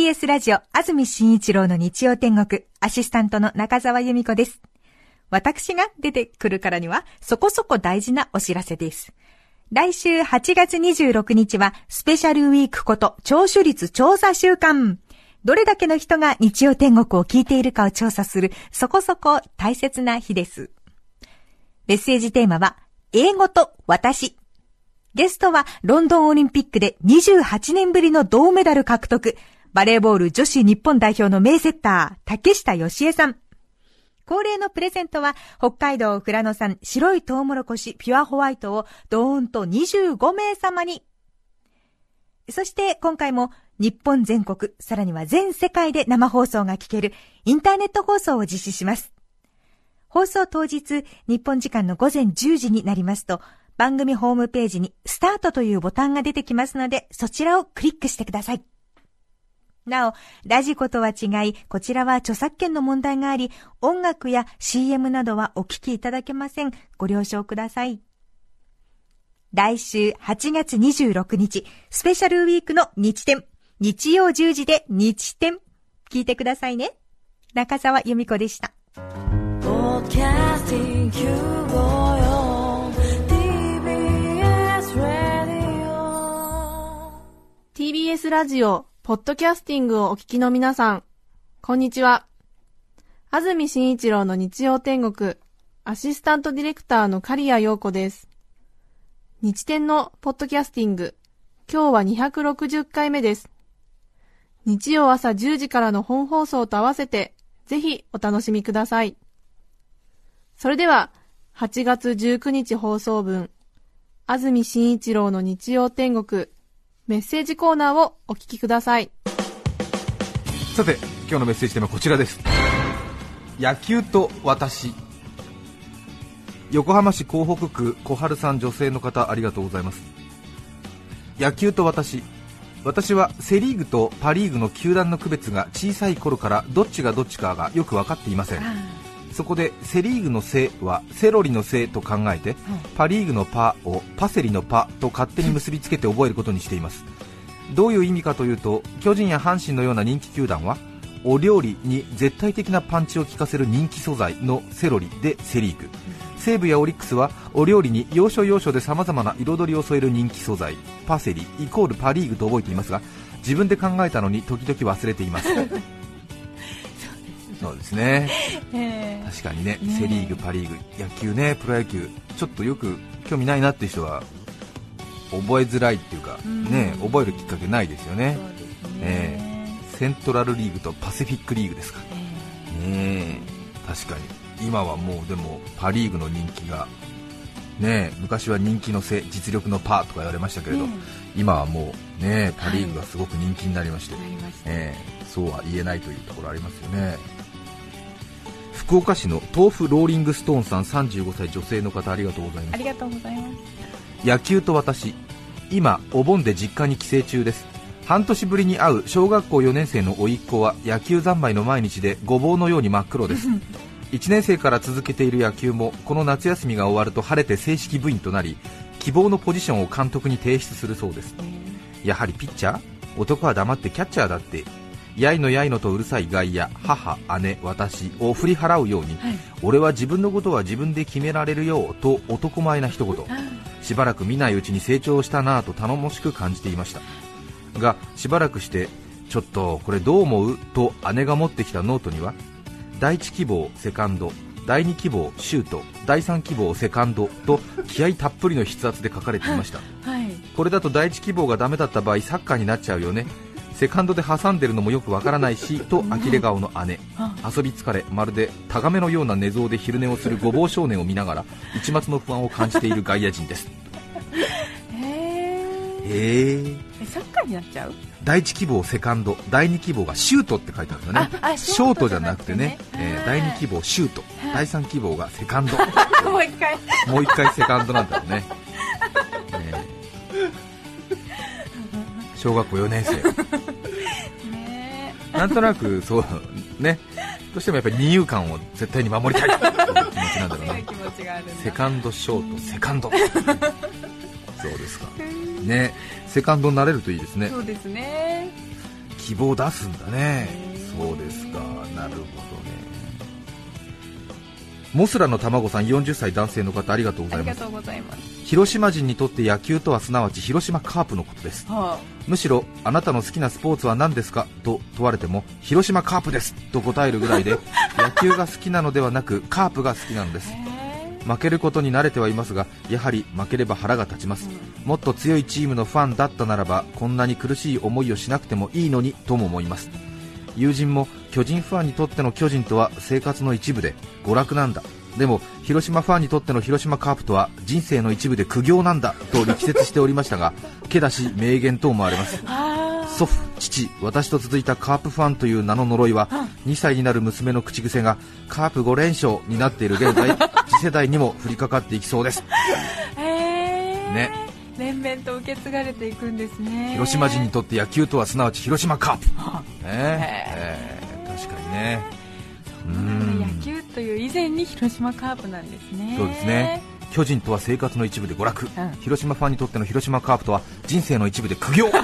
TBS ラジオ安住紳一郎の日曜天国、アシスタントの中澤由美子です。私が出てくるからにはそこそこ大事なお知らせです。来週8月26日はスペシャルウィークこと聴取率調査週間。どれだけの人が日曜天国を聞いているかを調査するそこそこ大切な日です。メッセージテーマは英語と私。ゲストはロンドンオリンピックで28年ぶりの銅メダル獲得、バレーボール女子日本代表の名セッター、竹下佳江さん。恒例のプレゼントは北海道富良野産白いトウモロコシピュアホワイトをドーンと25名様に。そして今回も日本全国、さらには全世界で生放送が聞けるインターネット放送を実施します。放送当日、日本時間の午前10時になりますと、番組ホームページにスタートというボタンが出てきますので、そちらをクリックしてください。なお、ラジコとは違い、こちらは著作権の問題があり、音楽や CM などはお聞きいただけません。ご了承ください。来週8月26日、スペシャルウィークの日天、日曜10時で日天、聞いてくださいね。中澤由美子でした。 TBS ラジオポッドキャスティングをお聞きの皆さん、こんにちは。安住紳一郎の日曜天国、アシスタントディレクターの刈谷陽子です。日天のポッドキャスティング、今日は260回目です。日曜朝10時からの本放送と合わせて、ぜひお楽しみください。それでは、8月19日放送分、安住紳一郎の日曜天国、メッセージコーナーをお聞きください。 さて、今日のメッセージテーマはこちらです。野球と私。横浜市港北区小春さん、女性の方、ありがとうございます。野球と私。私はセリーグとパリーグの球団の区別が小さい頃からどっちがどっちかがよく分かっていません。そこでセリーグのセはセロリのセと考えて、パリーグのパをパセリのパと勝手に結びつけて覚えることにしています。どういう意味かというと、巨人や阪神のような人気球団はお料理に絶対的なパンチを効かせる人気素材のセロリでセリーグ、西武やオリックスはお料理に要所要所で様々な彩りを添える人気素材パセリイコールパリーグと覚えていますが、自分で考えたのに時々忘れています。そうですね、確かにね、セリーグパリーグ、野球ね、プロ野球ちょっとよく興味ないなっていう人は覚えづらいっていうか、ね、覚えるきっかけないですよね。セントラルリーグとパシフィックリーグですか、確かに今はもうでもパリーグの人気がね、昔は人気のセ、実力のパとか言われましたけれど、今はもうね、パリーグがすごく人気になりまして、そうは言えないというところありますよね。福岡市の豆腐ローリングストーンさん、35歳女性の方、ありがとうございます。 ありがとうございます。 野球と私。今お盆で実家に帰省中です。半年ぶりに会う小学校4年生の甥っ子は野球三昧の毎日でごぼうのように真っ黒です。1年生から続けている野球もこの夏休みが終わると晴れて正式部員となり、希望のポジションを監督に提出するそうです。やはりピッチャー、男は黙ってキャッチャーだって、やいのやいのとうるさい外野、母、姉、私を振り払うように、俺は自分のことは自分で決められるよと男前な一言。しばらく見ないうちに成長したなぁと頼もしく感じていましたが、しばらくしてちょっとこれどう思うと姉が持ってきたノートには、第1希望セカンド、第2希望シュート、第3希望セカンドと気合たっぷりの筆圧で書かれていました。これだと第1希望がダメだった場合サッカーになっちゃうよね、セカンドで挟んでるのもよくわからないしと呆れ顔の姉。遊び疲れ、まるでタガメのような寝相で昼寝をするごぼう少年を見ながら一抹の不安を感じている外野人です。 サッカーになっちゃう。 第1希望セカンド、第2希望がシュートって書いてあるんだね。ショートじゃなくてね、第2希望シュート、第3希望がセカンド。もう一回セカンドなんだろうね。小学校4年生なんとなくそうね、どうしてもやっぱり二遊間を絶対に守りたいという気持ちなんだろうな。セカンドショートセカンドそうですかね、セカンドになれるといいですね。 そうですね。 希望を出すんだね。そうですか、なるほどね。モスラの卵さん、40歳男性の方、ありがとうございます。 ありがとうございます。 広島人にとって野球とはすなわち広島カープのことです、むしろあなたの好きなスポーツは何ですかと問われても広島カープですと答えるぐらいで野球が好きなのではなくカープが好きなのです。負けることに慣れてはいますが、やはり負ければ腹が立ちます、もっと強いチームのファンだったならばこんなに苦しい思いをしなくてもいいのにとも思います。友人も巨人ファンにとっての巨人とは生活の一部で娯楽なんだ、でも広島ファンにとっての広島カープとは人生の一部で苦行なんだと力説しておりましたがけだし名言と思われます。祖父、父、私と続いたカープファンという名の呪いは2歳になる娘の口癖がカープ5連勝になっている現在次世代にも降りかかっていきそうです、ね、 連綿と受け継がれていくんですね。 広島人にとって野球とはすなわち広島カープ、確かにね。 野球という以前に広島カープなんですね。 そうですね。巨人とは生活の一部で娯楽、広島ファンにとっての広島カープとは人生の一部で苦行す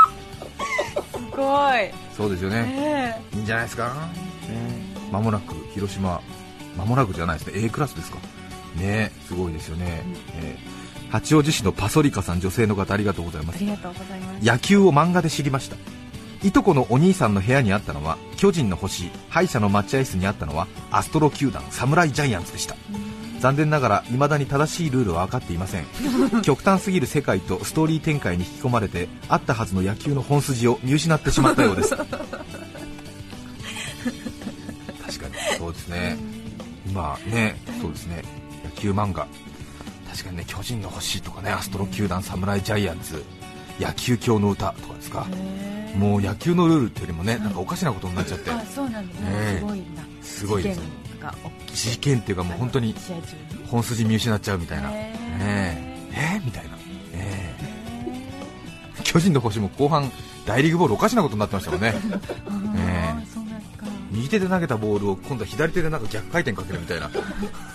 ごい。 そうですよね、いいんじゃないですか、間もなく広島、間もなくじゃないですね、 A クラスですかね、すごいですよね、八王子市のパソリカさん、女性の方、ありがとうございます。 ありがとうございます。 野球を漫画で知りました。いとこのお兄さんの部屋にあったのは巨人の星、歯医者の待合室にあったのはアストロ球団侍ジャイアンツでした。残念ながら未だに正しいルールは分かっていません極端すぎる世界とストーリー展開に引き込まれてあったはずの野球の本筋を見失ってしまったようです確かにそうですね。今ね、そうですね、野球漫画確かにね、巨人の星とかね、アストロ球団侍ジャイアンツ、野球狂の歌とかですか、もう野球のルールっていうよりもね、なんかおかしなことになっちゃって、 そうなんですね、すごいな、 すごいです。事件っていうかもう本当に本筋見失っちゃうみたいな、みたいな、巨人の星も後半大リーグボールおかしなことになってましたもんね右手で投げたボールを今度は左手でなんか逆回転かけるみたいなそう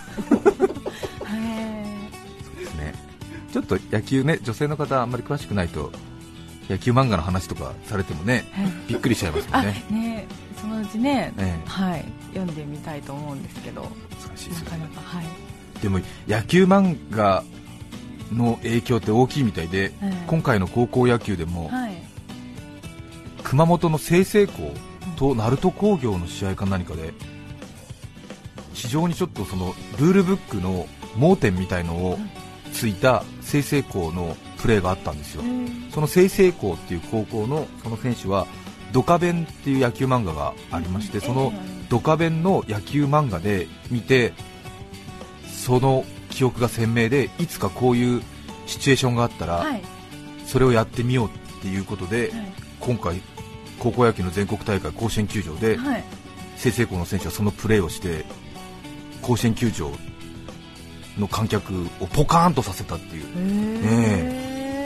ですね。ちょっと野球ね、女性の方あんまり詳しくないと野球漫画の話とかされてもね、びっくりしちゃいますもんね。 そのうちね、読んでみたいと思うんですけど、難しいですよね。なかなか、 でも野球漫画の影響って大きいみたいで、今回の高校野球でも、熊本の済々黌と鳴門工業の試合か何かで非常にちょっとそのルールブックの盲点みたいのをついた済々黌のプレーがあったんですよ。その済々黌っていう高校のその選手はドカベンっていう野球漫画がありまして、そのドカベンの野球漫画で見てその記憶が鮮明で、いつかこういうシチュエーションがあったらそれをやってみようっていうことで、今回高校野球の全国大会甲子園球場で済々黌の選手はそのプレーをして甲子園球場の観客をポカーンとさせたっていう、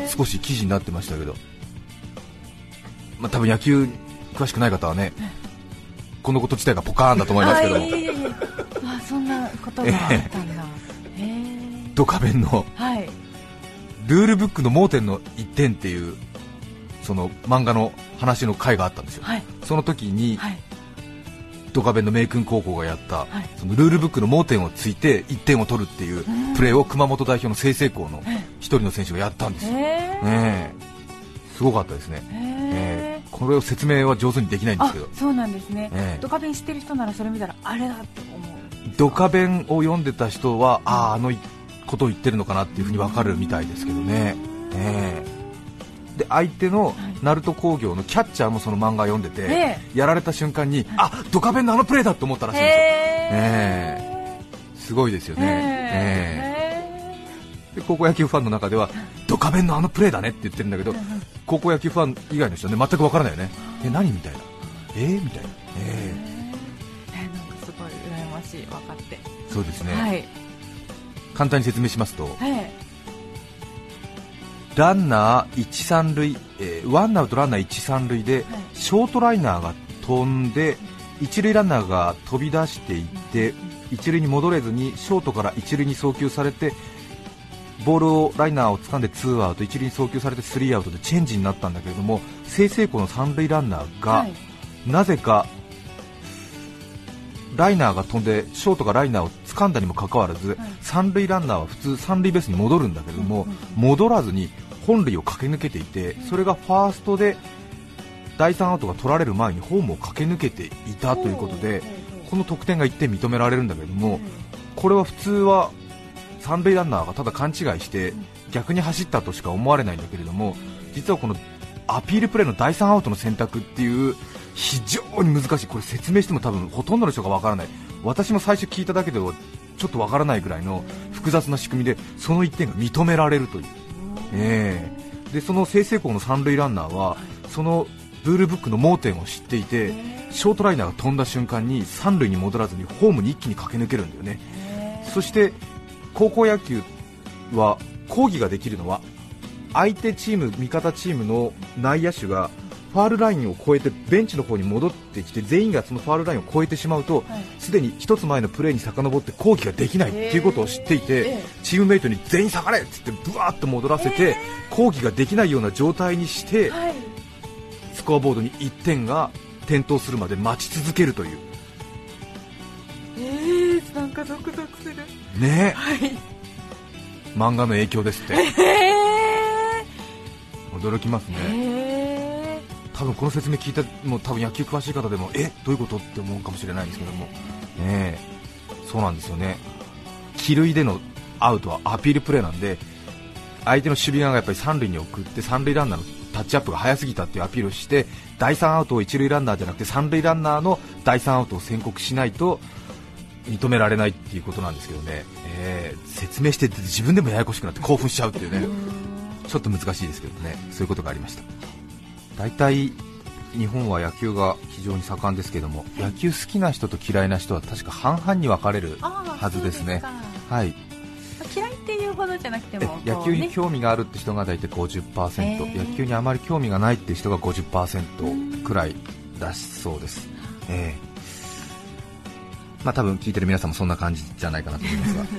少し記事になってましたけど、多分野球詳しくない方はね、このこと自体がポカーンだと思いますけども、 そんなことがあったんだ、 ドカベンの、ルールブックの盲点の1点っていうその漫画の話の回があったんですよ、その時に、ドカベンの明訓高校がやった、そのルールブックの盲点をついて1点を取るっていうプレーを熊本代表の済々黌の一人の選手がやったんですよ、すごかったですね、これを説明は上手にできないんですけど。 そうなんですね、ドカベン知ってる人ならそれ見たらあれだって思う。 ドカベンを読んでた人はあのことを言ってるのかなっていうふうに分かるみたいですけどね、で相手の鳴門工業のキャッチャーもその漫画を読んでて、やられた瞬間にドカベンのあのプレーだと思ったらしいんですよ、すごいですよね、で高校野球ファンの中ではドカベンのあのプレーだねって言ってるんだけど、高校野球ファン以外の人は、ね、全く分からないよね、何みたいな、みたいな、なんかすごい羨ましい、分かって。 そうですね、簡単に説明しますと、ランナー1、3塁、ワンアウトランナー1、3塁で、ショートライナーが飛んで一塁ランナーが飛び出していって一塁に戻れずにショートから一塁に送球されてボールをライナーを掴んで2アウト、一塁に送球されて3アウトでチェンジになったんだけれども、済々黌の三塁ランナーが、なぜかライナーが飛んでショートがライナーを掴んだにもかかわらず、三塁ランナーは普通三塁ベースに戻るんだけれども、戻らずに本塁を駆け抜けていて、それがファーストで第3アウトが取られる前にホームを駆け抜けていたということで、この得点が1点認められるんだけれども、これは普通は三塁ランナーがただ勘違いして逆に走ったとしか思われないんだけれども、実はこのアピールプレーの第3アウトの選択っていう非常に難しい、これ説明しても多分ほとんどの人がわからない、私も最初聞いただけではちょっとわからないぐらいの複雑な仕組みで、その1点が認められるという、でその済々黌の三塁ランナーはそのルールブックの盲点を知っていて、ショートライナーが飛んだ瞬間に三塁に戻らずにホームに一気に駆け抜けるんだよね。そして高校野球は抗議ができるのは相手チーム、味方チームの内野手がファールラインを越えてベンチの方に戻ってきて、全員がそのファールラインを越えてしまうと、すでに一つ前のプレーに遡って抗議ができないということを知っていて、チームメイトに全員下がれって言ってブワーッと戻らせて、抗議ができないような状態にして、スコアボードに1点が点灯するまで待ち続けるという。 なんかゾクゾクするね、漫画の影響ですって、驚きますね。多分この説明聞いたもう多分野球詳しい方でもどういうことって思うかもしれないんですけども、そうなんですよね。帰塁でのアウトはアピールプレーなんで、相手の守備側がやっぱり三塁に送って三塁ランナーのタッチアップが早すぎたっていうアピールをして、第3アウトを一塁ランナーじゃなくて三塁ランナーの第3アウトを宣告しないと認められないっていうことなんですけどね、説明してて自分でもややこしくなって興奮しちゃうっていうね、ちょっと難しいですけどね、そういうことがありました。大体日本は野球が非常に盛んですけども、野球好きな人と嫌いな人は確か半々に分かれるはずですね。はい、 嫌いっていうほどじゃなくても、 野球に興味があるって人が大体 50%、野球にあまり興味がないって人が 50% くらいだそうです。多分聞いてる皆さんもそんな感じじゃないかなと思いますが、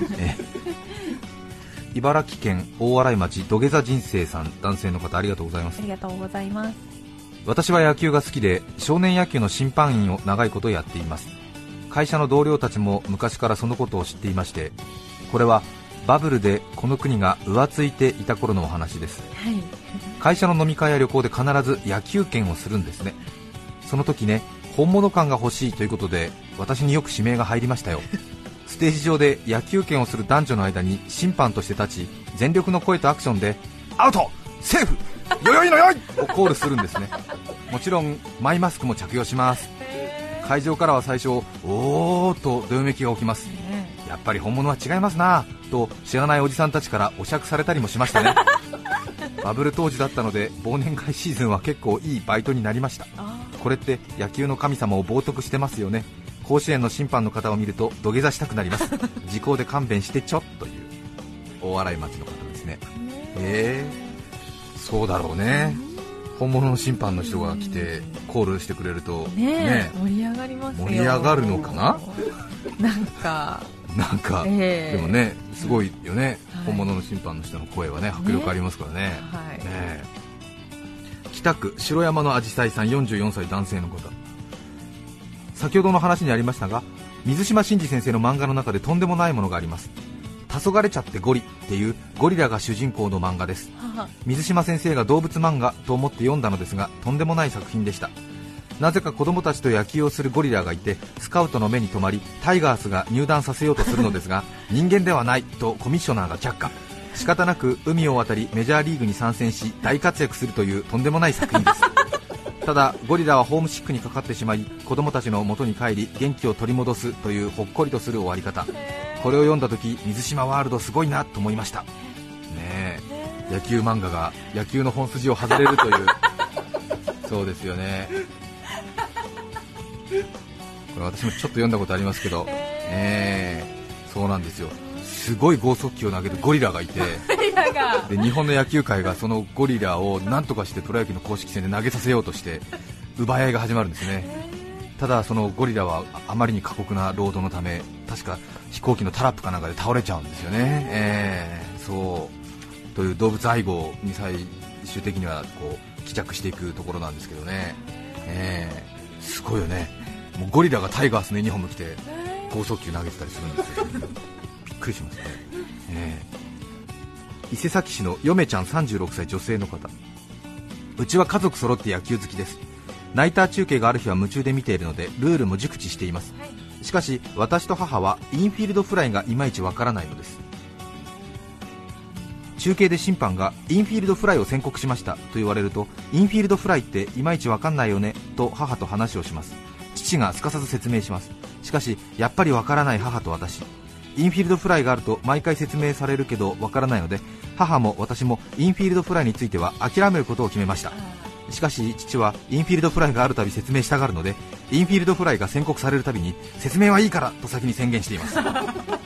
茨城県大洗町土下座人生さん、男性の方、ありがとうございます。 ありがとうございます。 私は野球が好きで少年野球の審判員を長いことやっています。会社の同僚たちも昔からそのことを知っていまして、これはバブルでこの国が浮ついていた頃のお話です。会社の飲み会や旅行で必ず野球券をするんですね。その時ね、本物感が欲しいということで私によく指名が入りましたよ。ステージ上で野球拳をする男女の間に審判として立ち、全力の声とアクションでアウト、セーフ、よよいのよいをコールするんですね。もちろんマイマスクも着用します。会場からは最初おーとどよめきが起きます。やっぱり本物は違いますなと知らないおじさんたちからお酌されたりもしましたね。バブル当時だったので忘年会シーズンは結構いいバイトになりました。これって野球の神様を冒涜してますよね。甲子園の審判の方を見ると土下座したくなります。時効で勘弁してちょっという大洗町の方ですね。そうだろうね。本物の審判の人が来てコールしてくれるとね、盛り上がりますよ。 盛り上がるのかな。 なんか、 でもね、すごいよね、本物の審判の人の声はね、迫力ありますからね。北区城山のあじさいさん、44歳男性の方。先ほどの話にありましたが、水島新司先生の漫画の中でとんでもないものがあります。黄昏れちゃってゴリっていうゴリラが主人公の漫画です。水島先生が動物漫画と思って読んだのですが、とんでもない作品でした。なぜか子供たちと野球をするゴリラがいて、スカウトの目に留まりタイガースが入団させようとするのですが、人間ではないとコミッショナーが却下。仕方なく海を渡りメジャーリーグに参戦し大活躍するというとんでもない作品です。ただゴリラはホームシックにかかってしまい、子供たちの元に帰り元気を取り戻すというほっこりとする終わり方。これを読んだ時、水島ワールドすごいなと思いましたね。野球漫画が野球の本筋を外れるというそうですよね。これ私もちょっと読んだことありますけど、そうなんですよ。すごい剛速球を投げるゴリラがいてで日本の野球界がそのゴリラを何とかしてプロ野球の公式戦で投げさせようとして奪い合いが始まるんですね。ただそのゴリラはあまりに過酷な労働のため、確か飛行機のタラップかなんかで倒れちゃうんですよね。 そうという動物愛護に最終的にはこう帰着していくところなんですけどね、すごいよね。もうゴリラがタイガースのユニフォーム着て剛速球投げてたりするんですよびっくりしますね、伊勢崎市の嫁ちゃん36歳女性の方、うちは家族揃って野球好きです。ナイター中継がある日は夢中で見ているのでルールも熟知しています、しかし私と母はインフィールドフライがいまいちわからないのです。中継で審判がインフィールドフライを宣告しましたと言われると、インフィールドフライっていまいちわかんないよねと母と話をします。父がすかさず説明します。しかしやっぱりわからない母と私、インフィールドフライがあると毎回説明されるけどわからないので、母も私もインフィールドフライについては諦めることを決めました。しかし父はインフィールドフライがあるたび説明したがるので、インフィールドフライが宣告されるたびに説明はいいからと先に宣言しています確か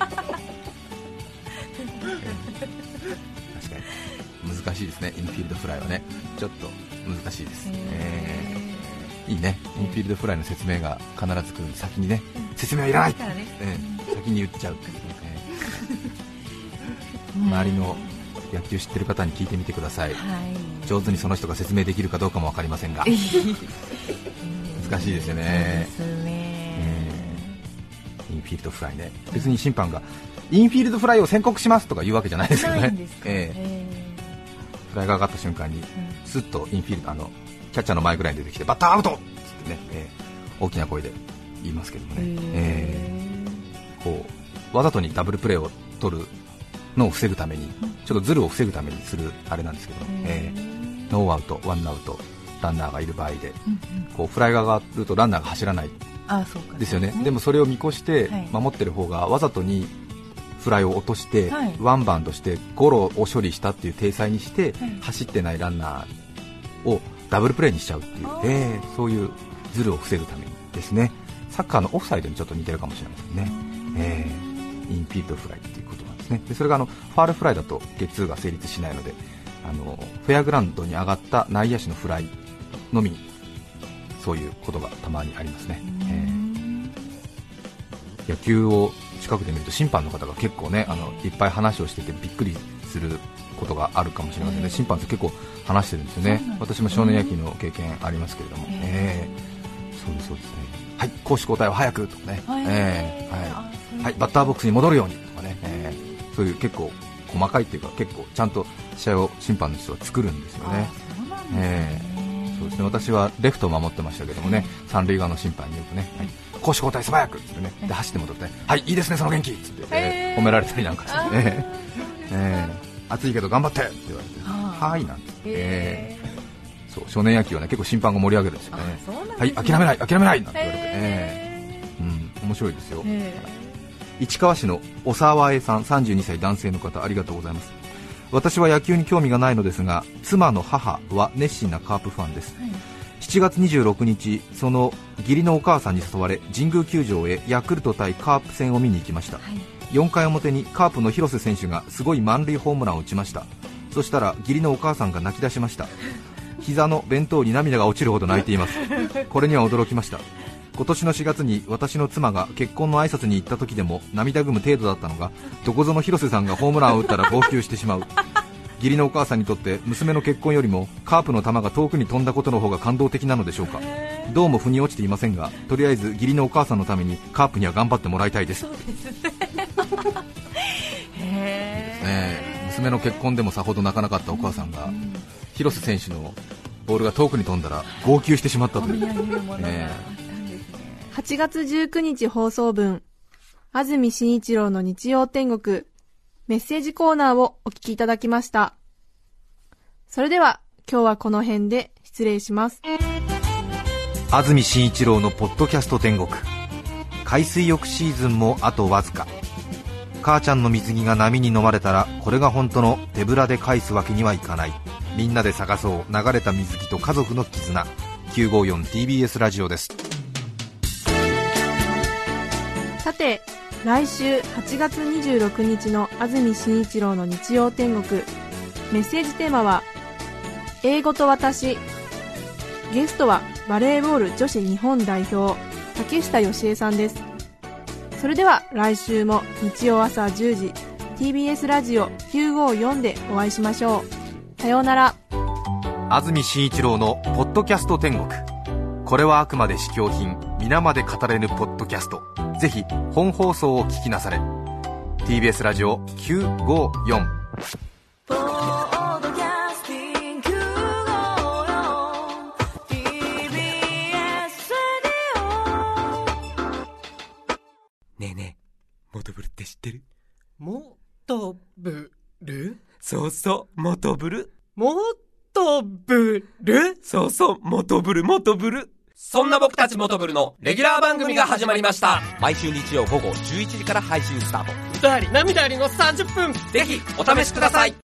に難しいですね、インフィールドフライはね、ちょっと難しいです、いいね、インフィールドフライの説明が必ず来るんで先にね、説明はいらない、先に言っちゃう、周りの野球知ってる方に聞いてみてください、上手にその人が説明できるかどうかも分かりませんが難しいですよね、インフィールドフライね、別に審判がインフィールドフライを宣告しますとか言うわけじゃないですよね。フライが上がった瞬間にスッとインフィールドキャッチャーの前ぐらいに出てきてバッターアウトってね、大きな声で言いますけどもね、こうわざとにダブルプレーを取るのを防ぐために、ちょっとズルを防ぐためにするあれなんですけど、ノーアウトワンアウトランナーがいる場合で、こうフライが上がるとランナーが走らないですよね。でもそれを見越して守ってる方がわざとにフライを落として、ワンバウンドしてゴロを処理したっていう体裁にして、走ってないランナーをダブルプレーにしちゃうっていう、そういうズルを防ぐためにですね。サッカーのオフサイドにちょっと似てるかもしれませんね、インフィールドフライっていうことなんですね。でそれがファールフライだとゲッツーが成立しないので、フェアグラウンドに上がった内野手のフライのみそういうことがたまにありますね、野球を近くで見ると審判の方が結構ね、いっぱい話をしててびっくりすることがあるかもしれませんね。審判って結構話してるんですよね。私も少年野球の経験ありますけれども、そうですね。はい、攻守交代は早くとかね、はい、バッターボックスに戻るようにとかね、そういう結構細かいっていうか結構ちゃんと試合を審判の人は作るんですよね。そうですね。私はレフトを守ってましたけどもね、三塁側の審判によくね、攻守交代素早くってね、で走って戻って、はいいいですねその元気っつって、褒められたりなんかしてね、暑いけど頑張ってって言われて、はいなんて、そう少年野球はね結構審判が盛り上げるんですよね。はい諦めないなんて言われて、面白いですよ。市川市の小沢栄さん32歳男性の方、ありがとうございます。私は野球に興味がないのですが、妻の母は熱心なカープファンです、7月26日、その義理のお母さんに誘われ神宮球場へヤクルト対カープ戦を見に行きました、4回表にカープの広瀬選手がすごい満塁ホームランを打ちました。そしたら義理のお母さんが泣き出しました。膝の弁当に涙が落ちるほど泣いています。これには驚きました。今年の4月に私の妻が結婚の挨拶に行った時でも涙ぐむ程度だったのが、どこぞの広瀬さんがホームランを打ったら号泣してしまう。義理のお母さんにとって娘の結婚よりもカープの球が遠くに飛んだことの方が感動的なのでしょうか。どうも腑に落ちていませんが、とりあえず義理のお母さんのためにカープには頑張ってもらいたいです。娘の結婚でもさほど泣かなかったお母さんが、広瀬選手のボールが遠くに飛んだら号泣してしまったという、 8月19日放送分、安住紳一郎の日曜天国、メッセージコーナーをお聞きいただきました。それでは今日はこの辺で失礼します。 安住紳一郎のポッドキャスト天国、海水浴シーズンもあとわずか。母ちゃんの水着が波に飲まれたら、これが本当の手ぶらで返すわけにはいかない。みんなで探そう、流れた水着と家族の絆。 954TBS ラジオです。 さて、来週8月26日の安住紳一郎の日曜天国、メッセージテーマは英語と私。ゲストはバレーボール女子日本代表、竹下佳恵さんです。それでは来週も日曜朝10時 TBS ラジオ954でお会いしましょう。さようなら。 安住紳一郎のポッドキャスト天国。これはあくまで試供品、皆まで語れぬポッドキャスト。ぜひ本放送を聞きなされ。 TBS ラジオ954。 ねえねえ、モトブルって知ってる？ モトブル？ そうそう、モトブル。 モトブル？ そうそう、モトブル、モトブル。そんな僕たちモトブルのレギュラー番組が始まりました。毎週日曜午後11時から配信スタート。 歌あり涙ありの30分。 ぜひお試しください。